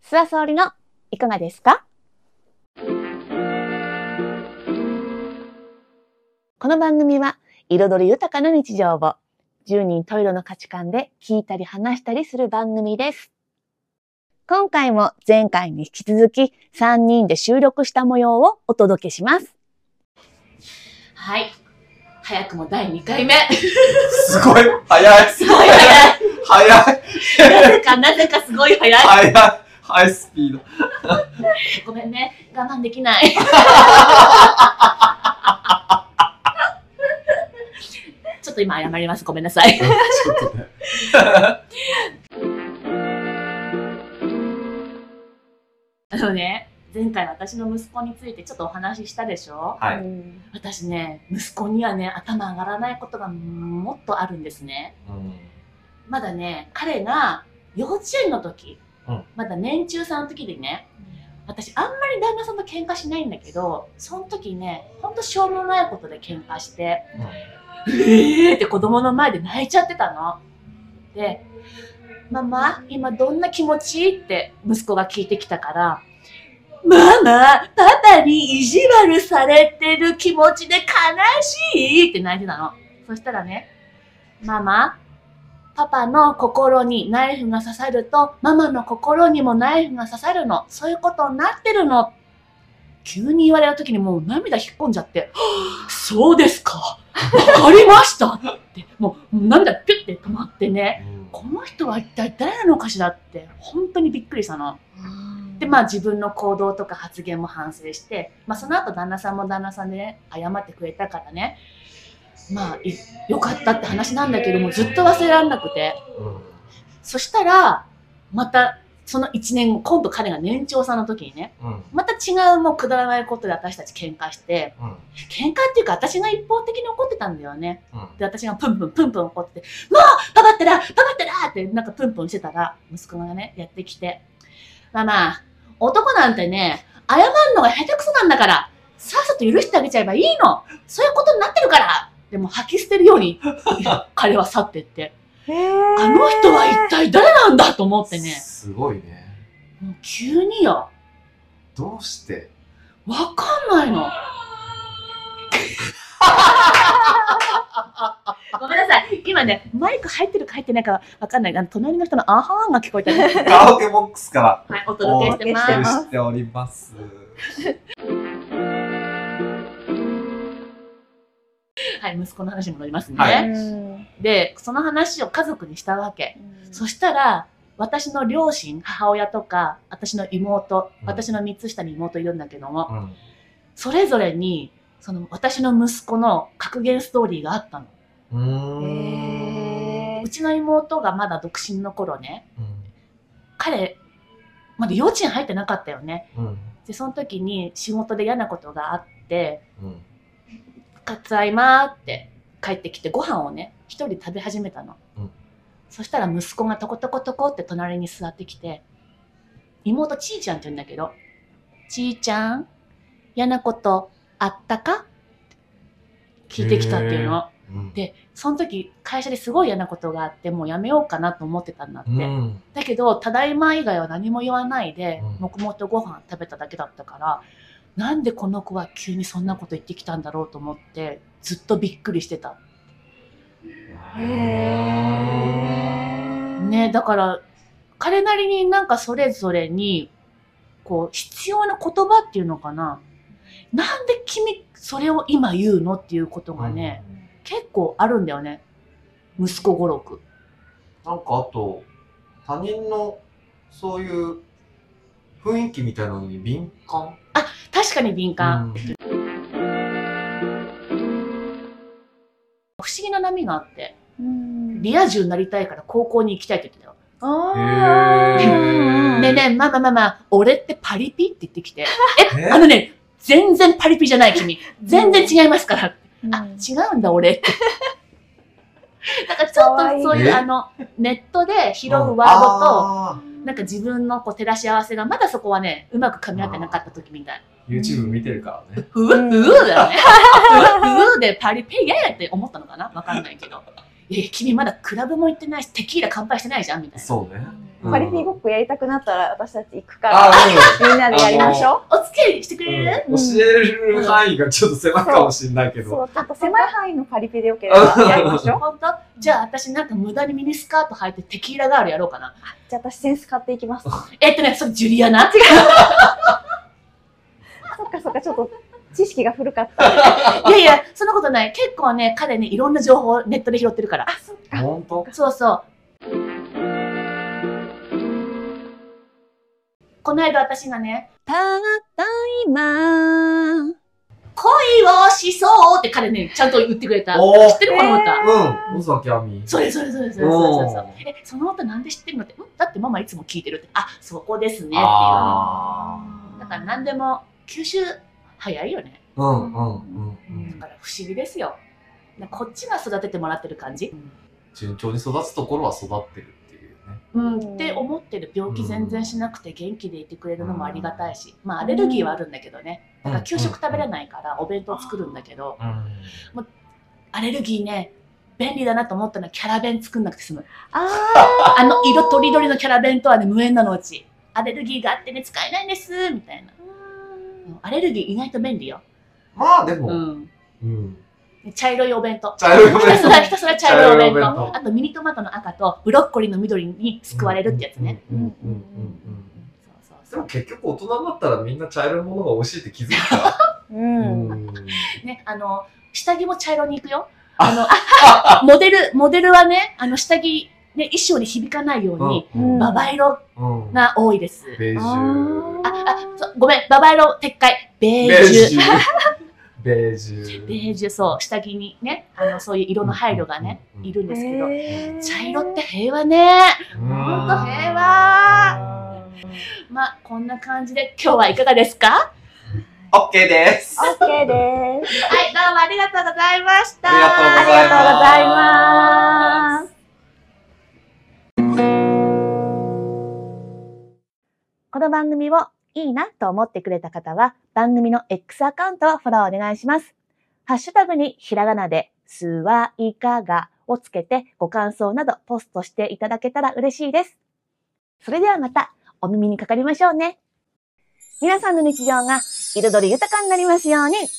諏訪沙織のいかがですか？この番組は彩り豊かな日常を10人十色の価値観で聞いたり話したりする番組です。今回も前回に引き続き3人で収録した模様をお届けします。はい。早くも第2回目。 すごい早い。 すごい早い。 早い。 なぜかすごい早い。 早い。ハイスピード。 ごめんね。我慢できない。ちょっと今謝ります。ごめんなさい。 ちょっとね。前回私の息子についてちょっとお話ししたでしょ？ はい。 私ね、息子にはね、頭上がらないことがもっとあるんですね。まだね、彼が幼稚園の時、まだ年中さんの時でね、私あんまり旦那さんと喧嘩しないんだけど、その時ね、ほんとしょうもないことで喧嘩して、って子供の前で泣いちゃってたの。で、ママ、今どんな気持ちって息子が聞いてきたから、ママ、パパに意地悪されてる気持ちで悲しいって泣いてたの。そしたらね、ママ、パパの心にナイフが刺さると、ママの心にもナイフが刺さるの。そういうことになってるの。急に言われた時にもう涙引っ込んじゃって、そうですか。わかりましたって、もう涙ピュッて止まってね、この人は一体誰なのかしらって、本当にびっくりしたの。で、まあ自分の行動とか発言も反省して、まあその後旦那さんも旦那さんでね、謝ってくれたからね、まあよかったって話なんだけども、ずっと忘れられなくて。そしたら、またその1年後、今度彼が年長さんの時にね、また違うもうくだらないことで私たち喧嘩して、喧嘩っていうか私が一方的に怒ってたんだよね。で、私がプンプン怒ってて、もうパパってらってなんかプンプンしてたら、息子がね、やってきて、ママ、男なんてね、謝るのが下手くそなんだから、さっさと許してあげちゃえばいいの。そういうことになってるから。でも吐き捨てるように彼は去ってって。あの人は一体誰なんだと思ってね。 すごいね。 もう急によ。 どうして？ わかんないの。ごめんなさい。今ね、マイク入ってるか入ってないかわかんない。隣の人のアハーンが聞こえたね。 カラオケボックスからはい、お届けしてます。 お送りしております。 はい、息子の話に戻りますね。はい、で、その話を家族にしたわけ。そしたら、私の両親、母親とか、私の妹、私の3つ下に妹いるんだけども、それぞれに、その私の息子の格言ストーリーがあったの。うちの妹がまだ独身の頃ね、彼、まだ幼稚園入ってなかったよね。で、その時に仕事で嫌なことがあって、ただいまって帰ってきてご飯をね、一人食べ始めたの。そしたら息子がトコトコトコって隣に座ってきて、妹ちーちゃんって言うんだけど、ちーちゃん、嫌なことあったか？聞いてきたっていうの。で、その時会社ですごい嫌なことがあって、もうやめようかなと思ってたんだって。だけど、ただいま以外は何も言わないで、黙々とご飯食べただけだったから、なんでこの子は急にそんなこと言ってきたんだろうと思って、ずっとびっくりしてた。ね、だから、彼なりになんかそれぞれに、こう、必要な言葉っていうのかな。なんで君、それを今言うのっていうことがね、結構あるんだよね。息子語録。 なんかあと、他人のそういう雰囲気みたいなのに敏感？ あ、確かに敏感。不思議な波があって、リア充になりたいから高校に行きたいって言ってたよ。ねえねえ、ママ、俺ってパリピって言ってきて。全然パリピじゃない君。全然違いますから。あ、違うんだ俺って。だからちょっとそういうネットで拾うワードと、なんか自分のこう照らし合わせがまだそこはね、うまく噛み合ってなかった時みたい。 YouTube 見てるからね。 だよね。でパリピやって思ったのかなわかんないけど。 君まだクラブも行ってないし、テキーラ乾杯してないじゃんみたいな。 そうね。 パリピごっこやりたくなったら私たち行くから、みんなでやりましょう。 お付き合いしてくれる？ 教える範囲がちょっと狭いかもしれないけど。 そう、ちょっと狭い範囲のパリピでよければやりましょう。 本当？じゃあ私なんか無駄にミニスカート履いてテキーラガールやろうかな。 じゃあ私センス買っていきます。 それジュリアナ？違う。 そっか、ちょっと知識が古かった。 いや、そんなことない。結構ね、彼ね、いろんな情報をネットで拾ってるから。 あ、そっか。 本当？ そうそう。この間私がね、 ただいま恋をしそうって彼ね、ちゃんと言ってくれた。知ってるこの歌。 野崎亜美。 それ。その歌なんで知ってるのって、だってママいつも聞いてるって。あ、そこですねっていうね。だから何でも吸収早いよね。だから不思議ですよ。こっちが育ててもらってる感じ。 順調に育つところは育ってるっていうね。 って思ってる。病気全然しなくて元気でいてくれるのもありがたいし、まあアレルギーはあるんだけどね。だから給食食べれないからお弁当作るんだけど、もうアレルギーね、便利だなと思ったのはキャラ弁作んなくて済む。色とりどりのキャラ弁とはね、無縁なのうち。アレルギーがあってね、使えないんです、みたいな。アレルギー意外と便利よ。 まあでも、 茶色いお弁当。 ひたすら茶色いお弁当。あとミニトマトの赤とブロッコリーの緑に救われるってやつね。 でも結局大人になったらみんな茶色いものが美味しいって気づいた。 ね、下着も茶色に行くよ。モデルはね、下着、ね、衣装に響かないように、ババ色が多いです。 ベージュ。 ごめん、ババ色撤回。ベージュ。 ベージュ。 ベージュ、そう、下着にね、そういう色の配慮がね、いるんですけど、茶色って平和ね。ほんと平和。まあ、こんな感じで今日はいかがですか？ OK です。 OK です。 はい、どうもありがとうございました。 ありがとうございます。 この番組をいいなと思ってくれた方は、番組の X アカウントをフォローお願いします。ハッシュタグにひらがなで、すわいかがをつけてご感想などポストしていただけたら嬉しいです。それではまたお耳にかかりましょうね。皆さんの日常が彩り豊かになりますように。